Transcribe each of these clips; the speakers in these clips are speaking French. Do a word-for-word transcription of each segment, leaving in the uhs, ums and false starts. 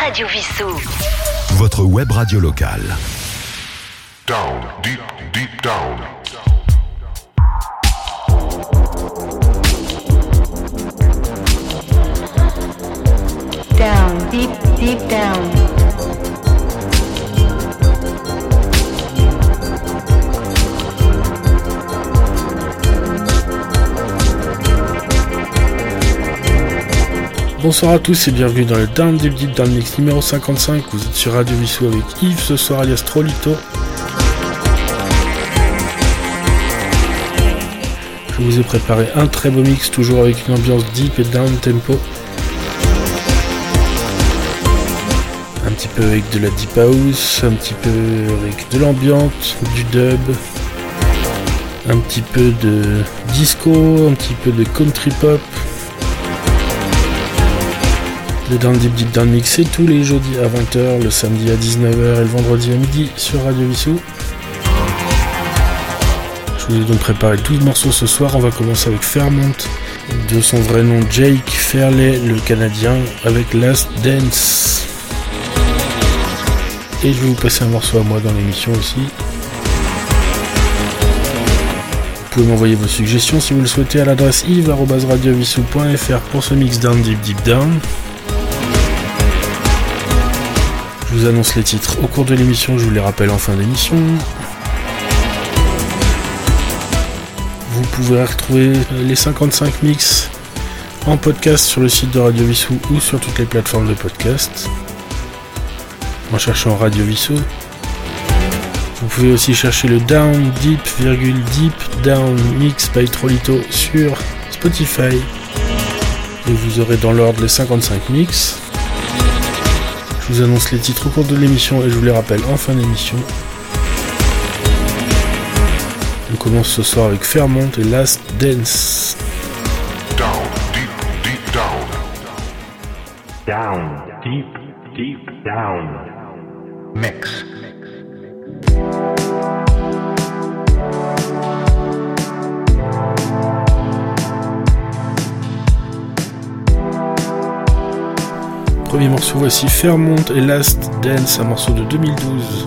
Radio Vissou. Votre web radio locale. Down, deep, deep down. Down, deep, deep down. Bonsoir à tous et bienvenue dans le Down Deep Deep Down Mix numéro cinquante-cinq. Vous êtes sur Radio Vissou avec Yves ce soir alias Trolito. Je vous ai préparé un très beau mix, toujours avec une ambiance deep et down tempo. Un petit peu avec de la deep house, un petit peu avec de l'ambiance, du dub, un petit peu de disco, un petit peu de country pop. Le Down Deep Deep Down Mix, c'est tous les jeudis à vingt heures, le samedi à dix-neuf heures et le vendredi à midi sur Radio Vissou. Je vous ai donc préparé douze morceaux ce soir. On va commencer avec Fairmont, de son vrai nom Jake Fairley, le Canadien, avec Last Dance. Et je vais vous passer un morceau à moi dans l'émission aussi. Vous pouvez m'envoyer vos suggestions si vous le souhaitez à l'adresse yves arobase radio vissou point f r pour ce mix Down Deep Deep Down. Je vous annonce les titres au cours de l'émission, je vous les rappelle en fin d'émission. Vous pouvez retrouver les cinquante-cinq mix en podcast sur le site de Radio Vissou ou sur toutes les plateformes de podcast en cherchant Radio Vissou. Vous pouvez aussi chercher le Down Deep, Deep Down Mix by Trolito sur Spotify et vous aurez dans l'ordre les cinquante-cinq mix. Je vous annonce les titres au cours de l'émission et je vous les rappelle en fin d'émission. On commence ce soir avec Fairmont et Last Dance. Down, deep, deep down. Down, deep, deep down. Mix. Premier morceau, voici Fairmont et Last Dance, un morceau de deux mille douze.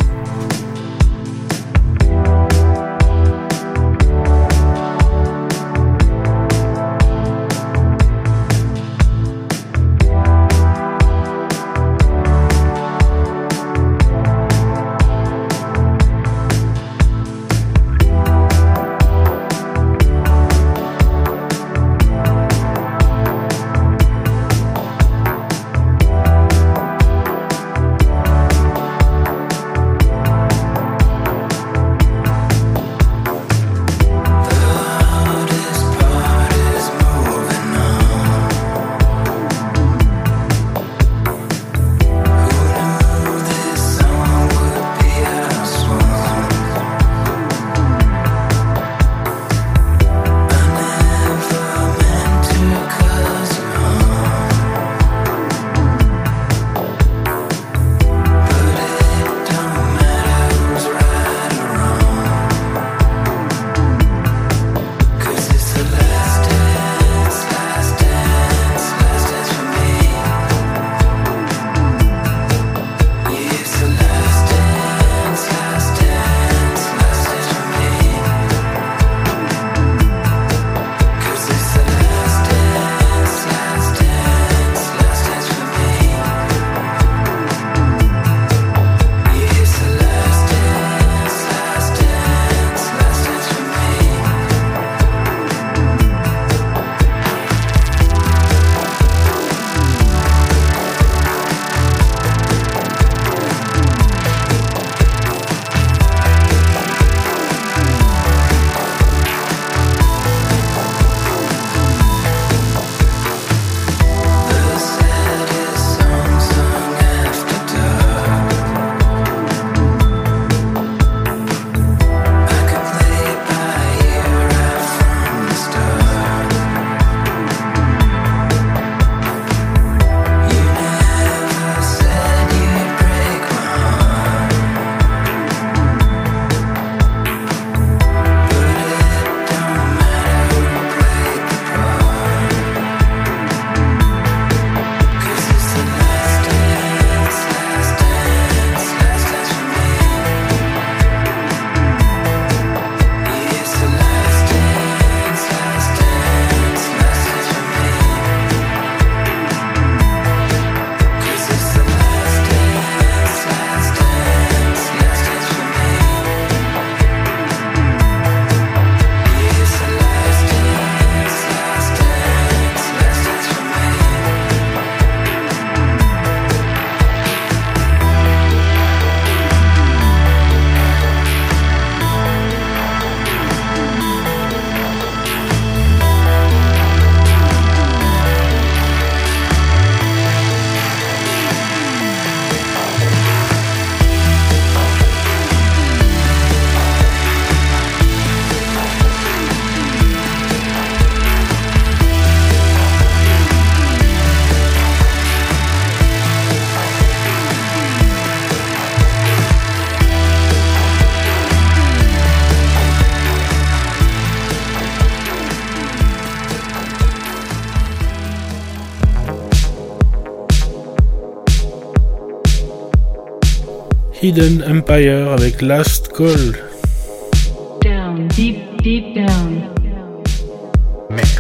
Hidden Empire avec Last Call. Down, deep, deep down. Mix.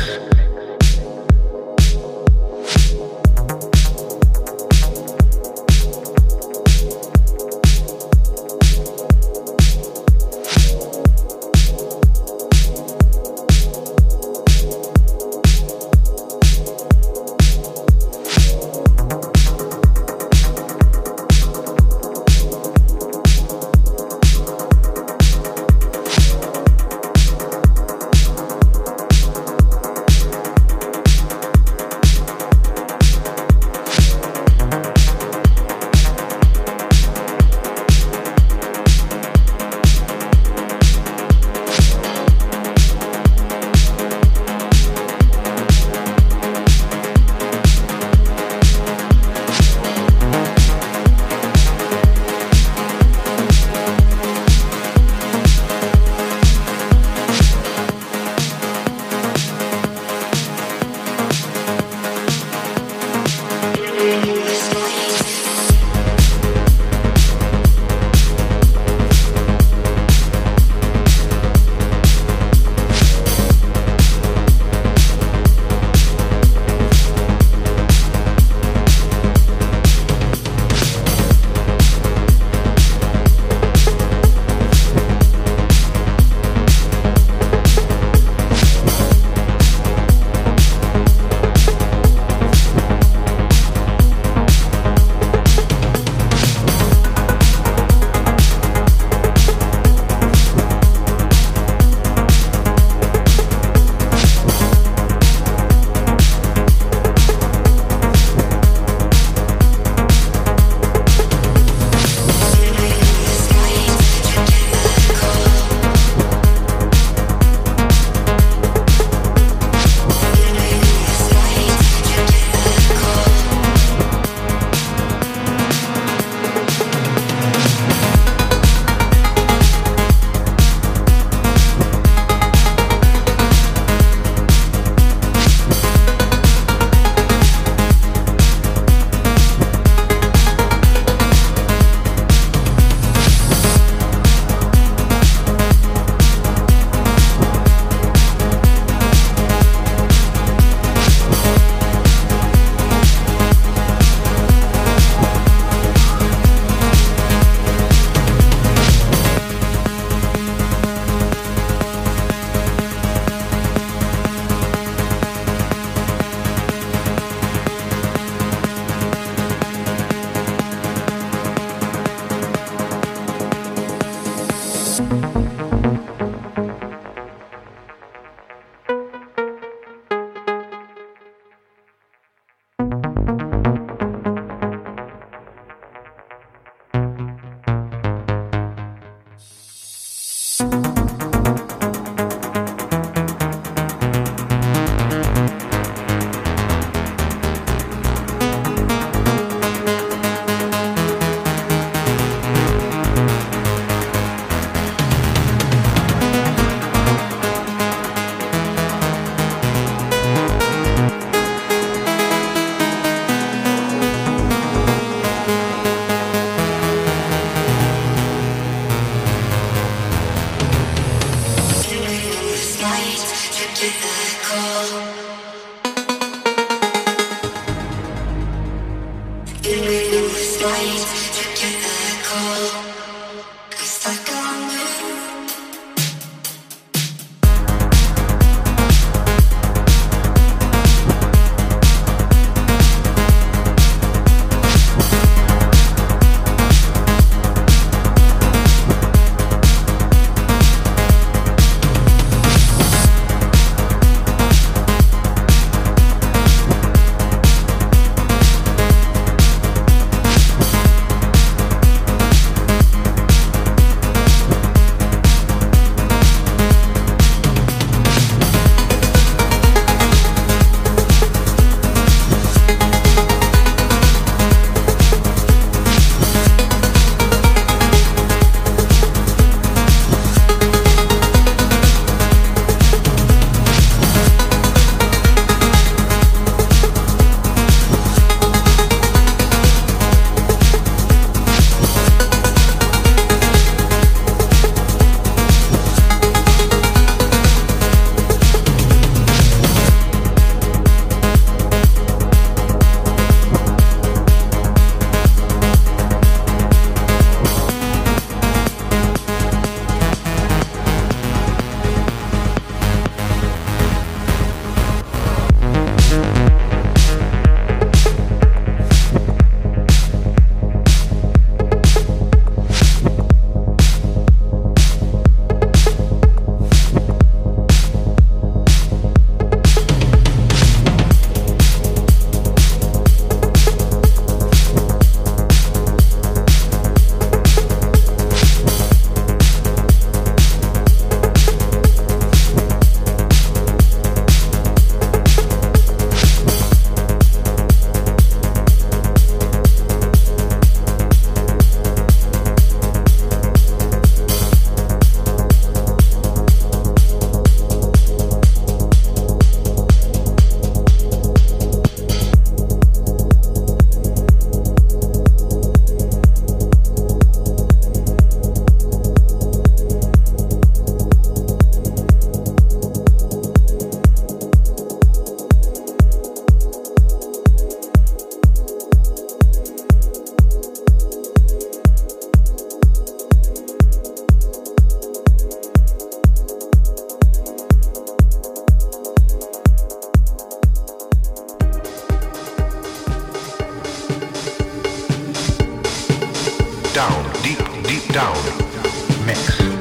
down, deep, deep down. Mix.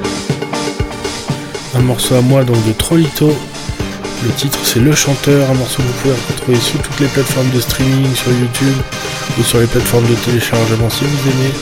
Un morceau à moi donc de Trollito. Le titre c'est Le Chanteur, un morceau que vous pouvez retrouver sur toutes les plateformes de streaming, sur YouTube ou sur les plateformes de téléchargement si vous aimez.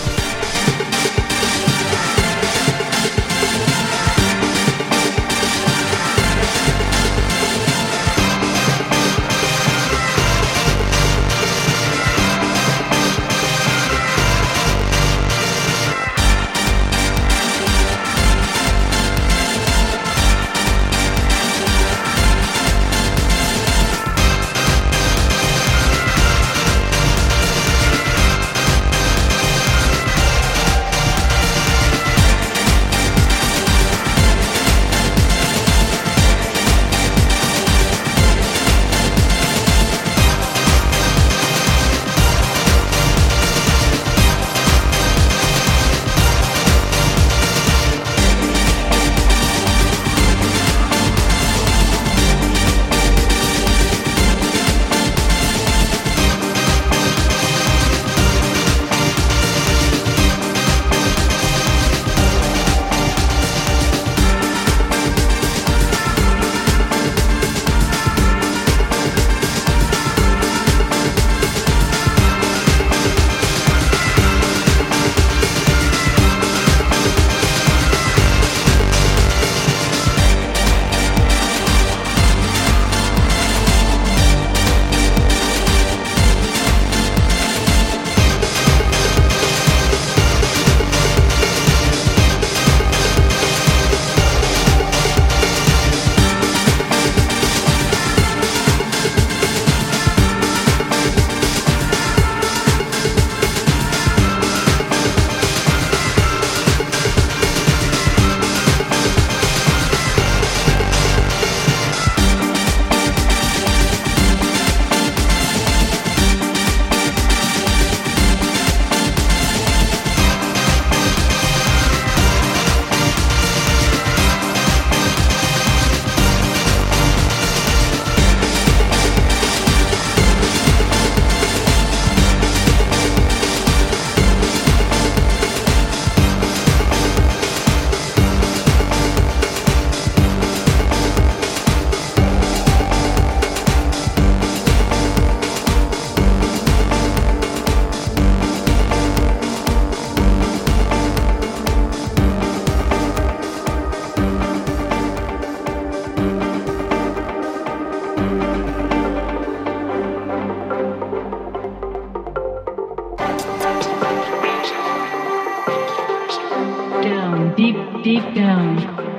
Deep down.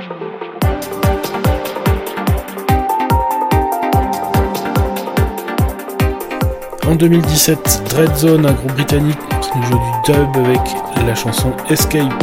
En deux mille dix-sept, Dreadzone, un groupe britannique qui nous joue du dub avec la chanson Escape.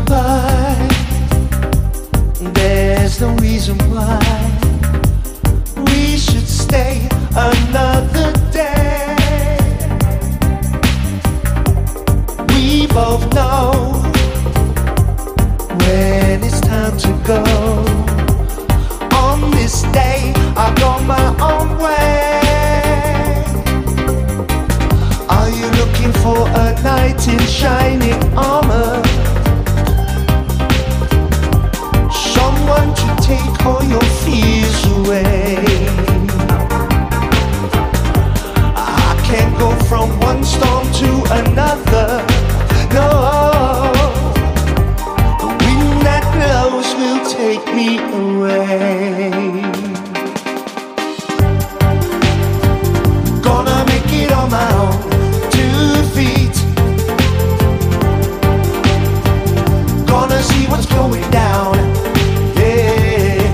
But there's no reason why we should stay another day. We both know when it's time to go. On this day, I go my own way. Are you looking for a knight in shining armor? Someone to take all your fears away. I can't go from one storm to another. No, the wind that blows will take me away. Gonna make it on my own two feet. Gonna see what's going down. Yeah,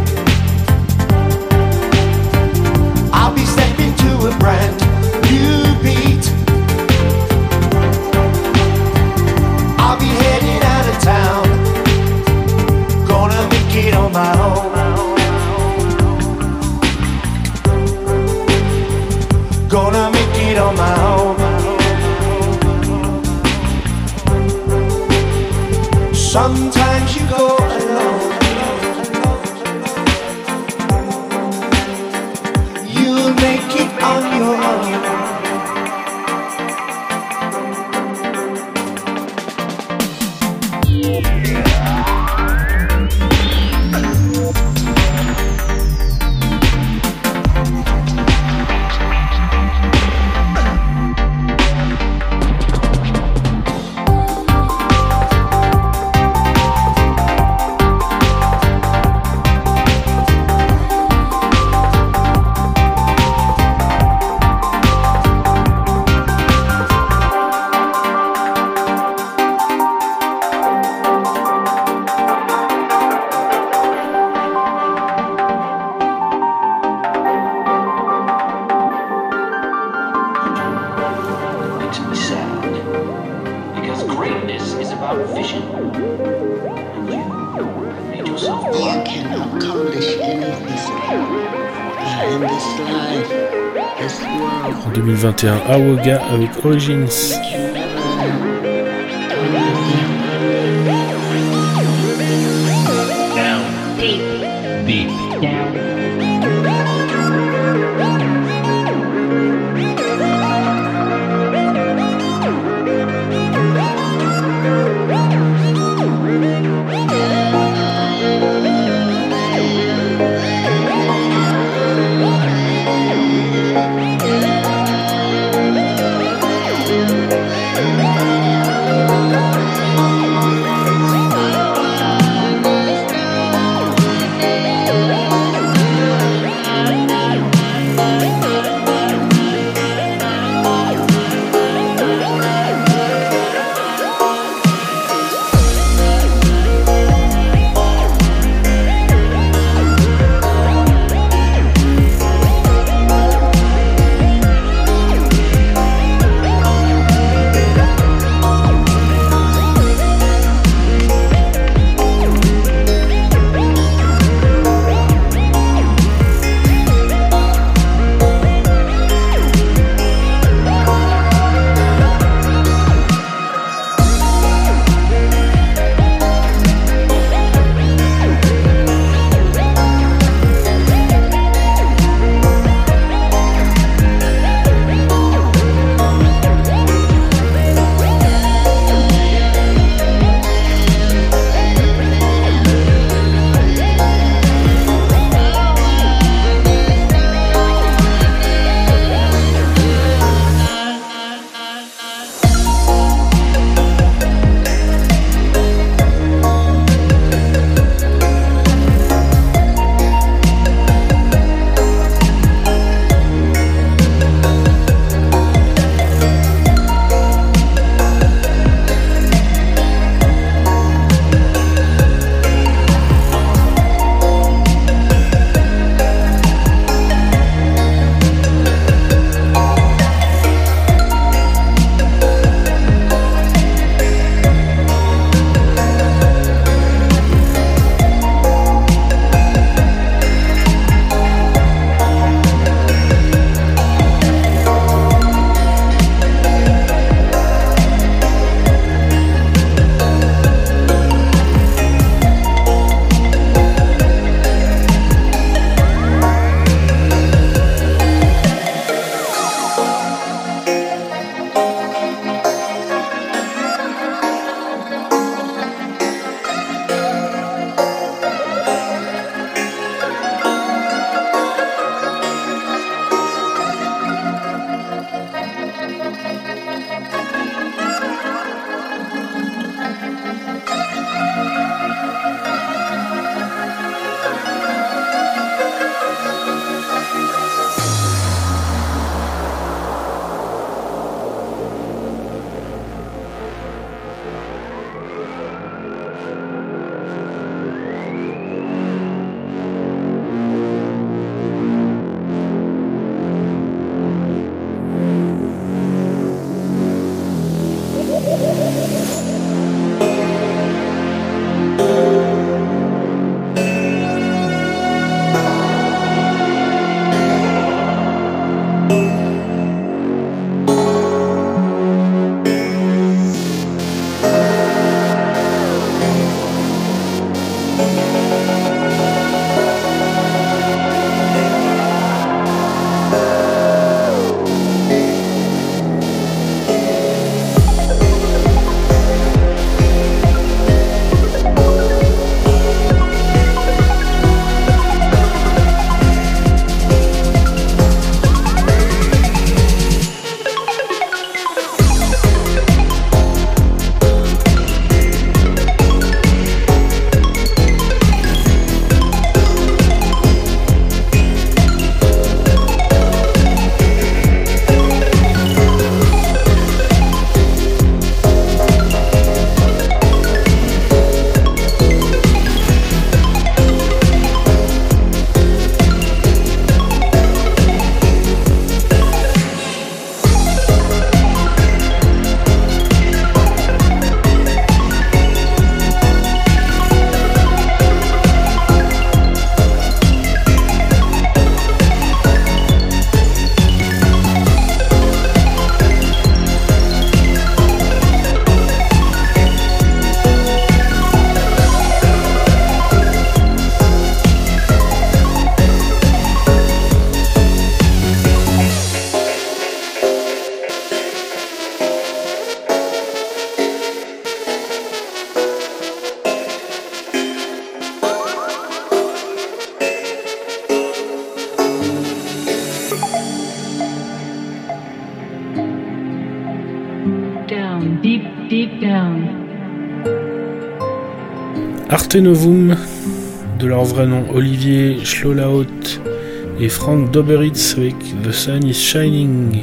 I'll be stepping to a brand new beat. I'll be heading out of town. Gonna make it on my own. Gonna make it on my own. Sometimes you go alone. You'll make it on your own. En deux mille vingt et un, Awoga avec Origins. Down. Deep. Deep. Down. Yeah. Down, deep, deep down. Arte Novum, de leur vrai nom Olivier Schlolaut et Frank Doberitz avec The Sun is Shining.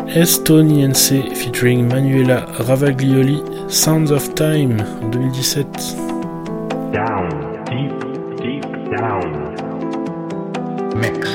Estoniense featuring Manuela Ravaglioli, Sounds of Time en deux mille dix-sept. Down, deep, deep down. Mix.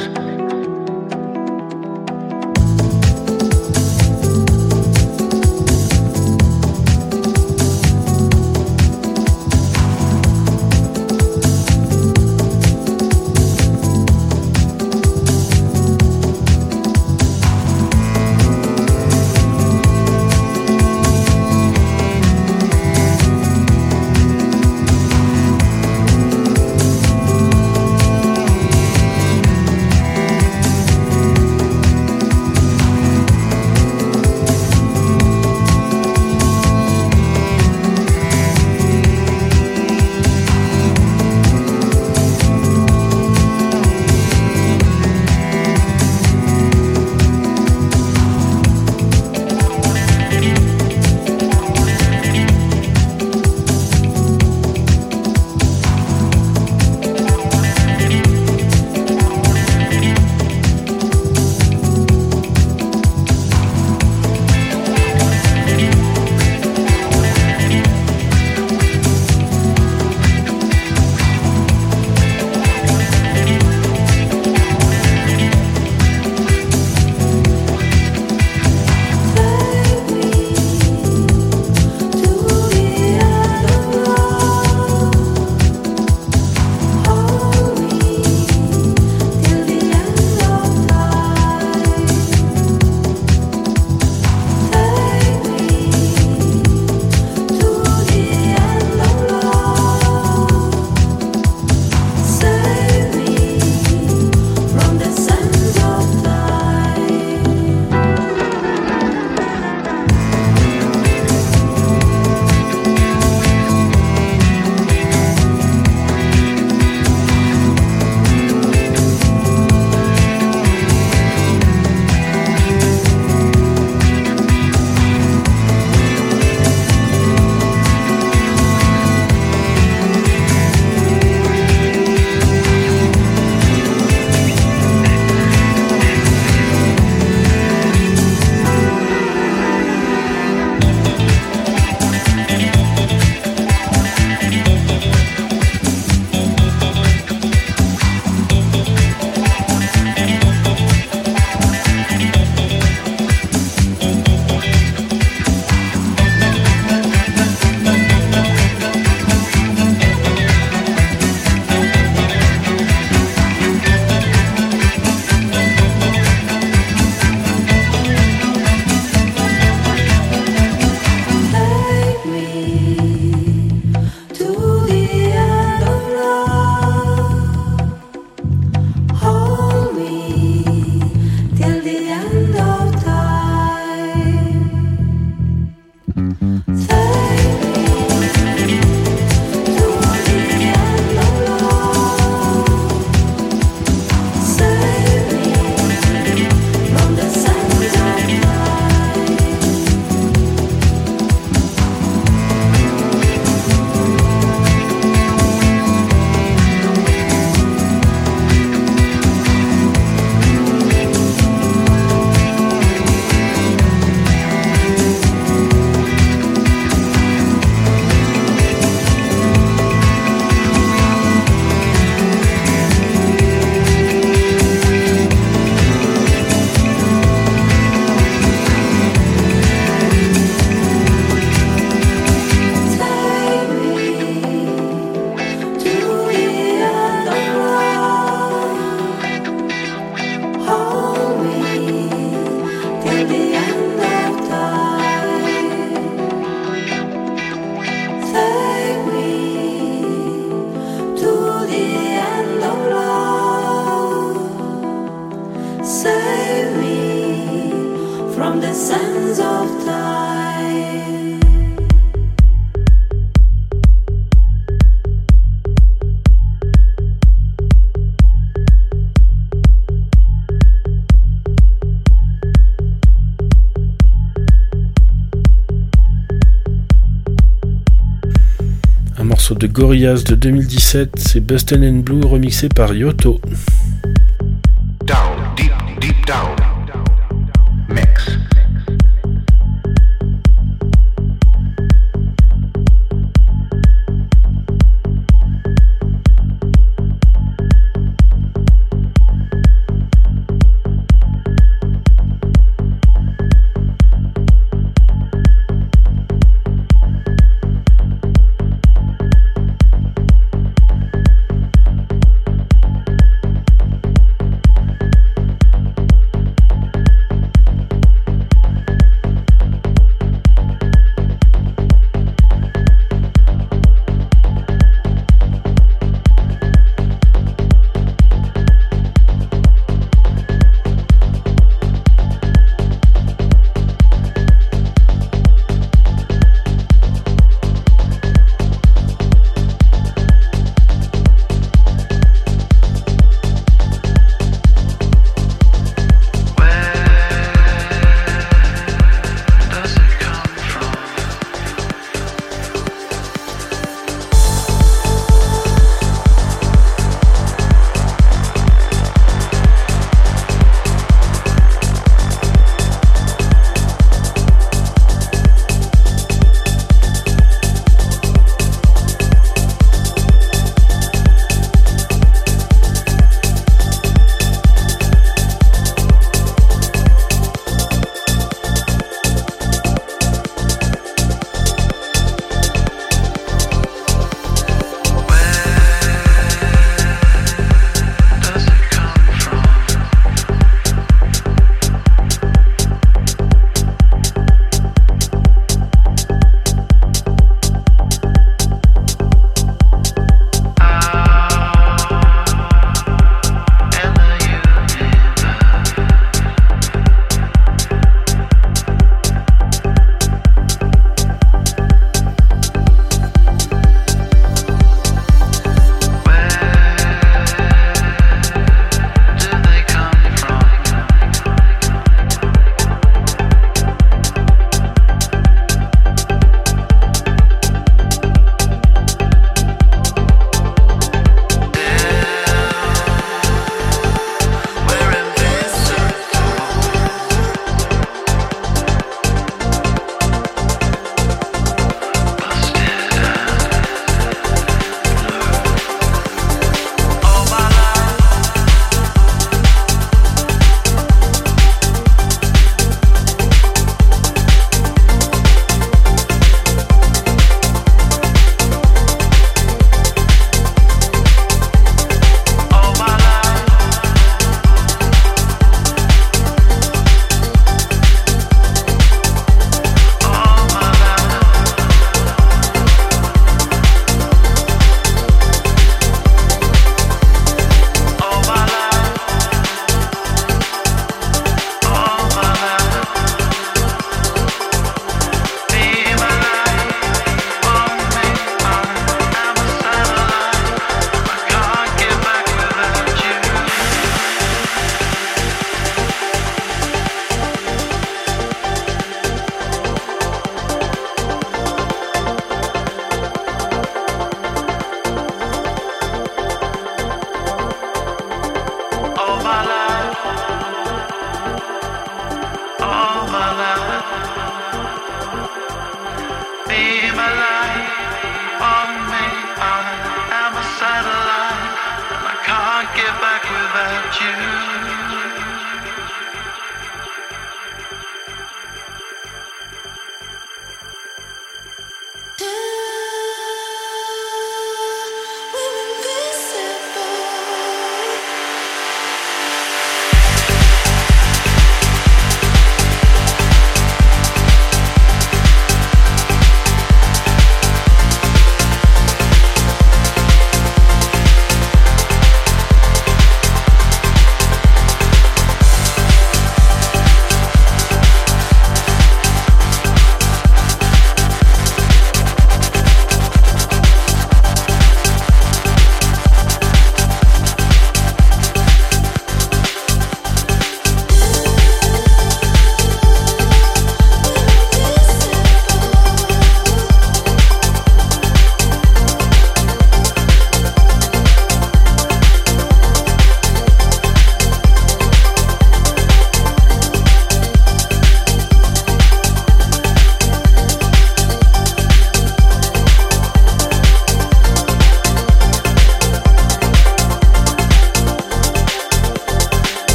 De Gorillaz de deux mille dix-sept, c'est Bustin' and Blue remixé par Yoto. Down, deep, deep down. Mix.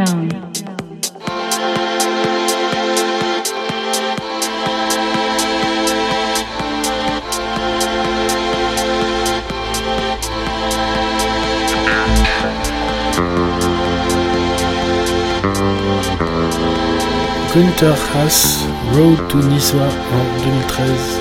down. Gunter Haas, Road to Nizwa en deux mille treize.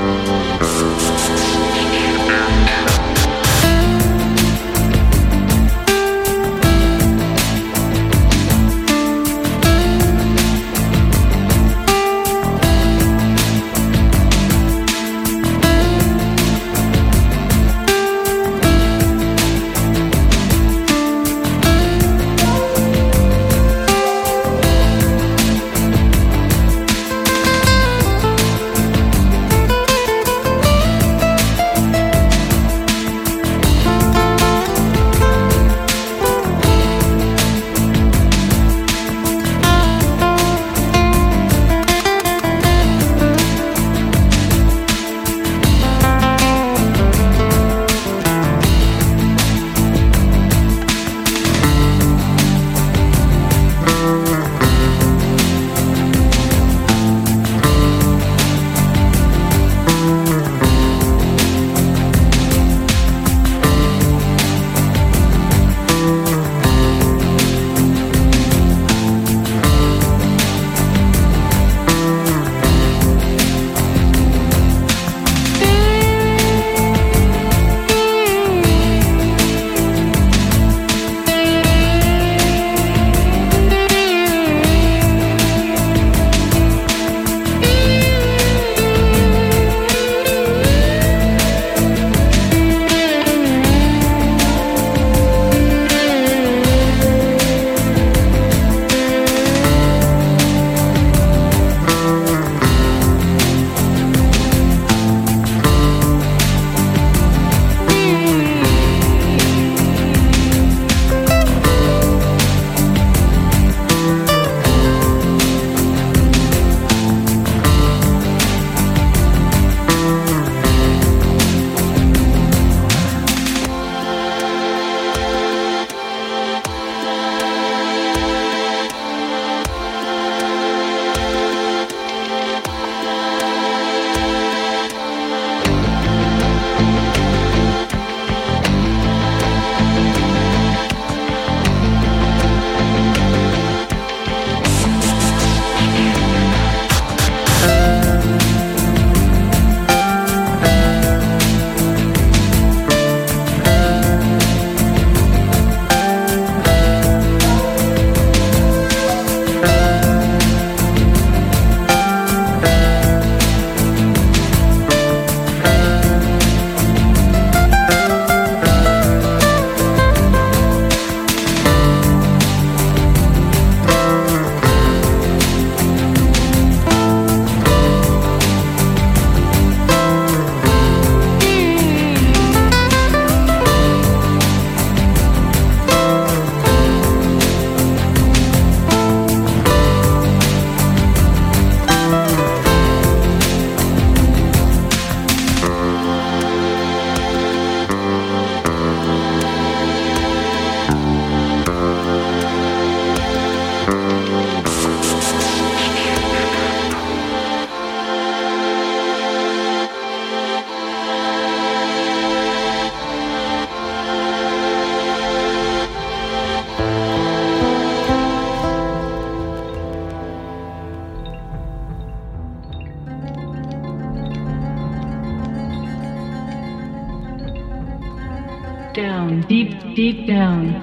Down, deep, deep down.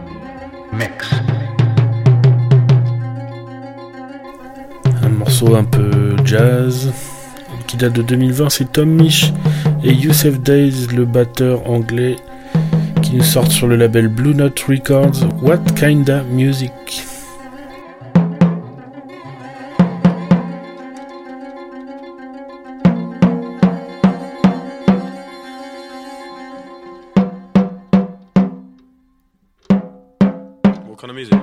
Mix. Un morceau un peu jazz qui date de deux mille vingt, c'est Tom Misch et Youssef Days, le batteur anglais, qui nous sortent sur le label Blue Note Records. What Kinda Music? What kind of music?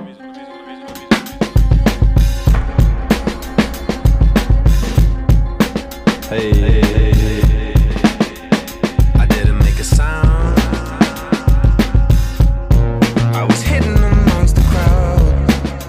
Hey, hey, hey, hey. I didn't make a sound. I was hidden amongst the crowd.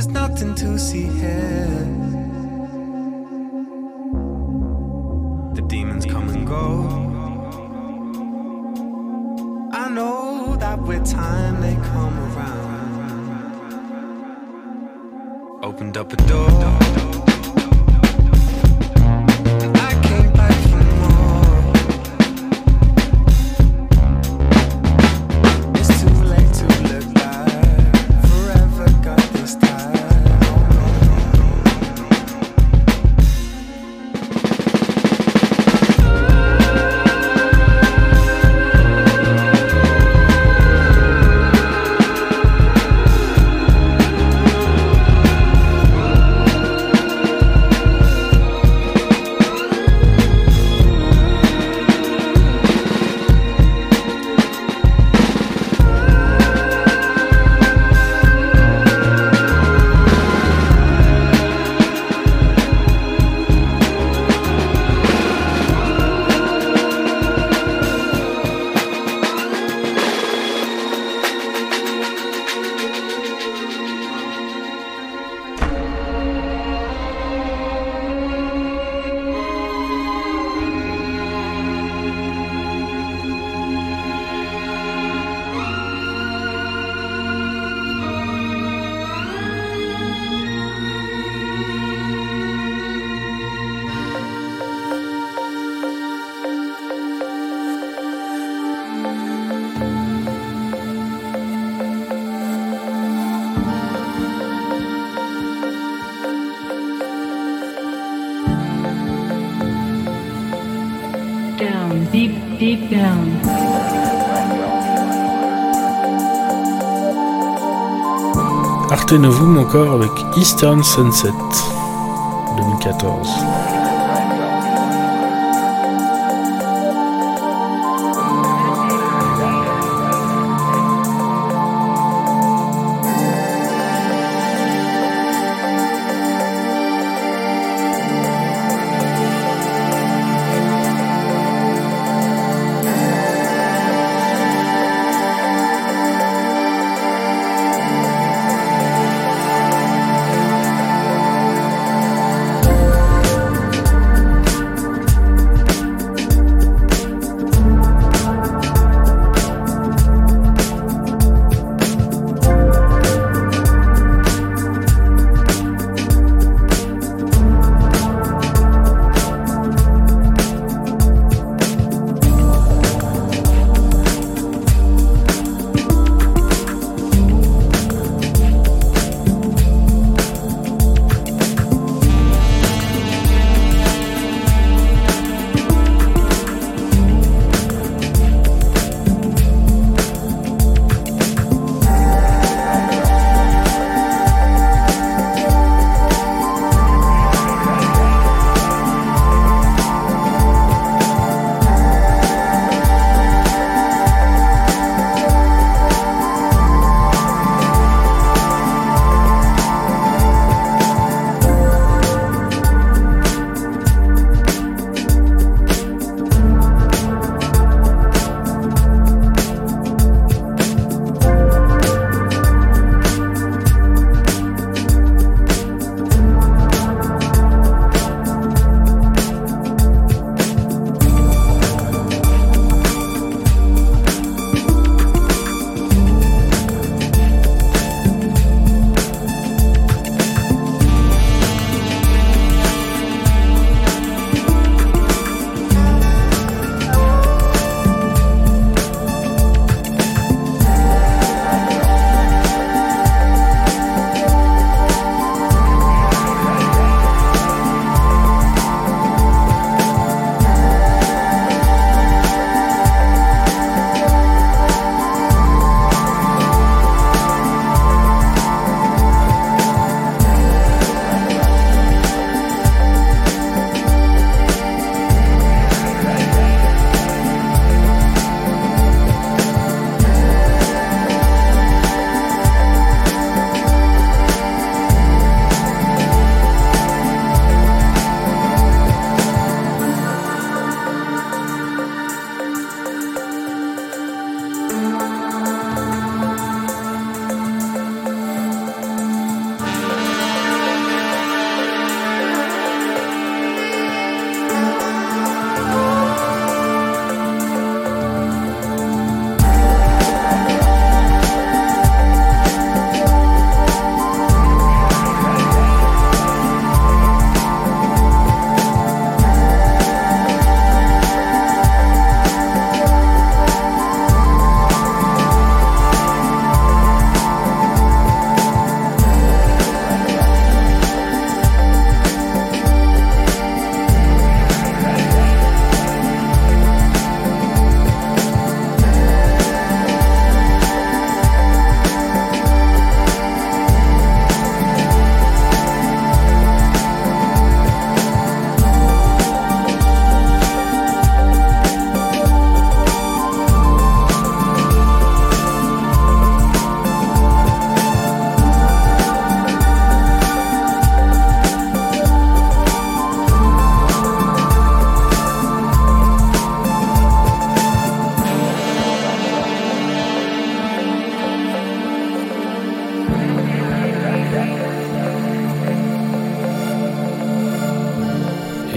There's nothing to see here. The demons come and go. I know that with time they come around. Opened up a door. Deep, deep down. Arte Novum encore avec Eastern Sunset deux mille quatorze.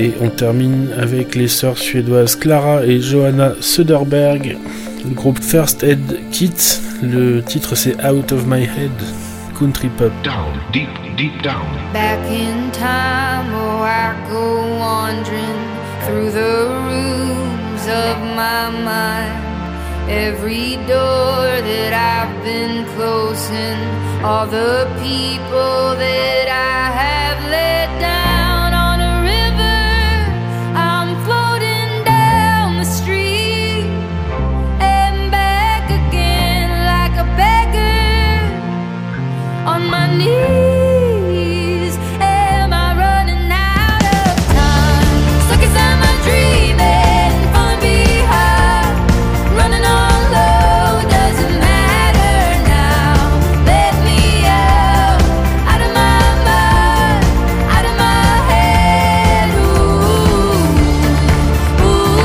Et on termine avec les sœurs suédoises Clara et Johanna Söderberg, le groupe First Aid Kit. Le titre c'est Out of My Head, country pop. Down, deep, deep down. Back in time, oh, I go wandering through the rooms of my mind. Every door that I've been closing, all the people that I have let down. On a river, I'm floating down the street and back again like a beggar on my knees. Am I running out of time? Stuck inside my dream and falling behind. Running on low, doesn't matter now. Let me out, out of my mind, out of my head. Ooh, ooh,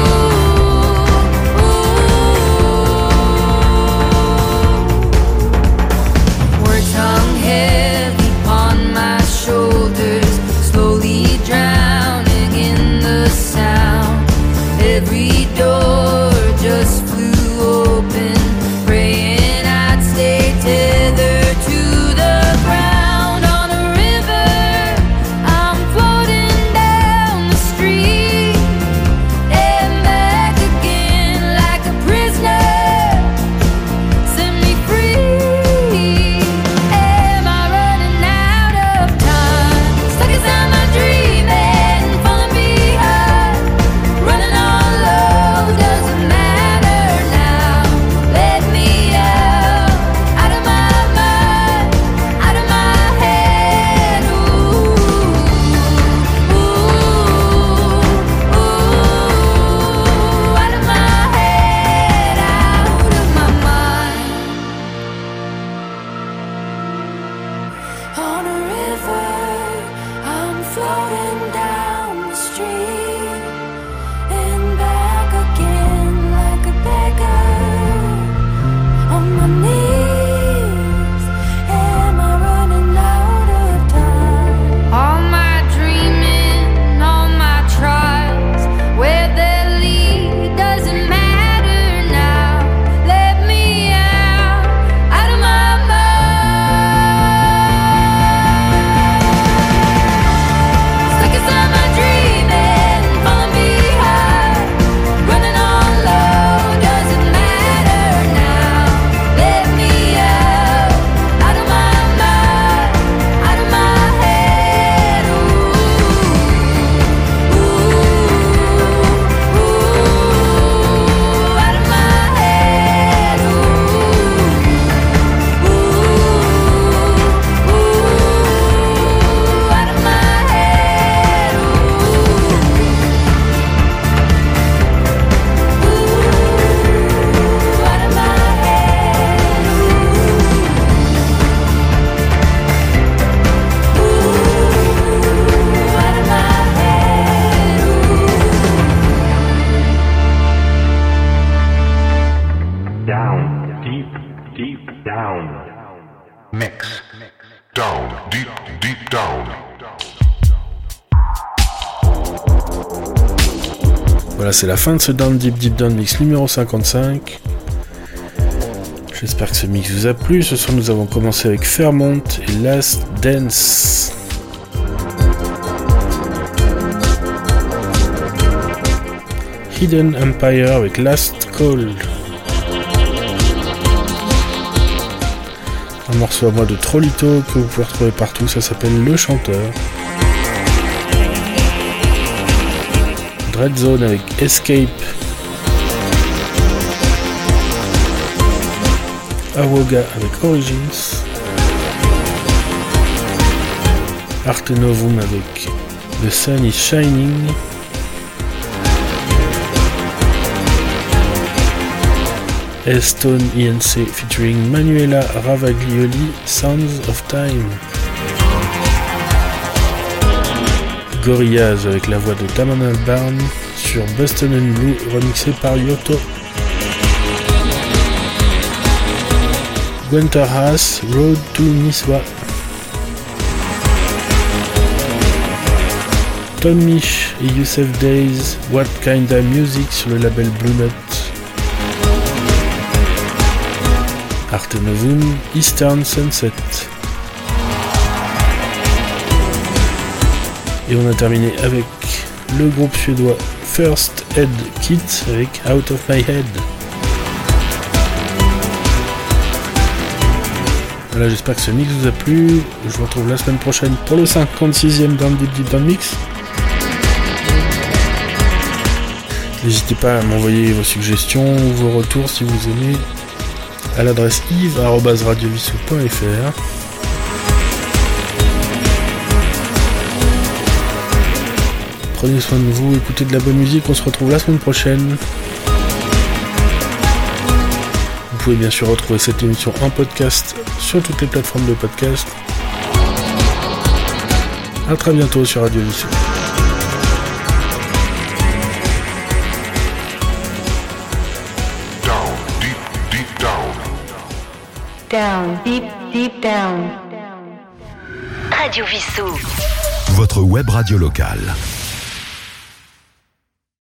ooh. Words hung heavy upon my shoulders, slowly drowning in the sound. Every door just flew open, praying I'd stay tethered to the ground. On a river, I'm floating down the street and back again like a prisoner. Set me free. Am I running out of time? Stuck inside my dream and falling behind. Running on low, doesn't matter now. Let me out, out of my mind, out of my head. Ooh, ooh, ooh, out of my head, out of my mind. On a river, I'm floating down the street and back again like a beggar on my knees. Am I running out of time? All my dreaming, all my trials, where they lead doesn't matter now. Let me out, out of my mind. Stuck inside my dream and falling behind. Running on low, doesn't matter now. Let me out, out of my mind, out of my head. Ooh, ooh, ooh, out of my head. Ooh, ooh, ooh, out of my head. Ooh, ooh, out of my Down, deep, deep down. Mix. Down, deep, deep down. Voilà, c'est la fin de ce Down Deep Deep Down mix numéro cinquante-cinq. J'espère que ce mix vous a plu. Ce soir, nous avons commencé avec Fairmont et Last Dance. Hidden Empire avec Last Call. Un morceau à moi de Trollito que vous pouvez retrouver partout, ça s'appelle Le Chanteur. Dread Zone avec Escape. Awoga avec Origins. Arte Novum avec The Sun is Shining. Stone I N C featuring Manuela Ravaglioli, Sounds of Time. Gorillaz avec la voix de Tamara Barn sur Boston and Blue, remixé par Yoto. Guenter Haas, Road to Niswa. Tom Misch et Youssef Days, What Kinda Music sur le label Blue Note. Arte Novum, Eastern Sunset. Et on a terminé avec le groupe suédois First Aid Kit avec Out of My Head. Voilà, j'espère que ce mix vous a plu. Je vous retrouve la semaine prochaine pour le cinquante-sixième Down Deep Deep Down Mix. N'hésitez pas à m'envoyer vos suggestions ou vos retours si vous aimez à l'adresse yves arobase radiovissou point f r. Prenez soin de vous, écoutez de la bonne musique, on se retrouve la semaine prochaine. Vous pouvez bien sûr retrouver cette émission en podcast sur toutes les plateformes de podcast. A très bientôt sur Radio Vissou. Down, deep, deep down. Radio Vissou. Votre web radio locale.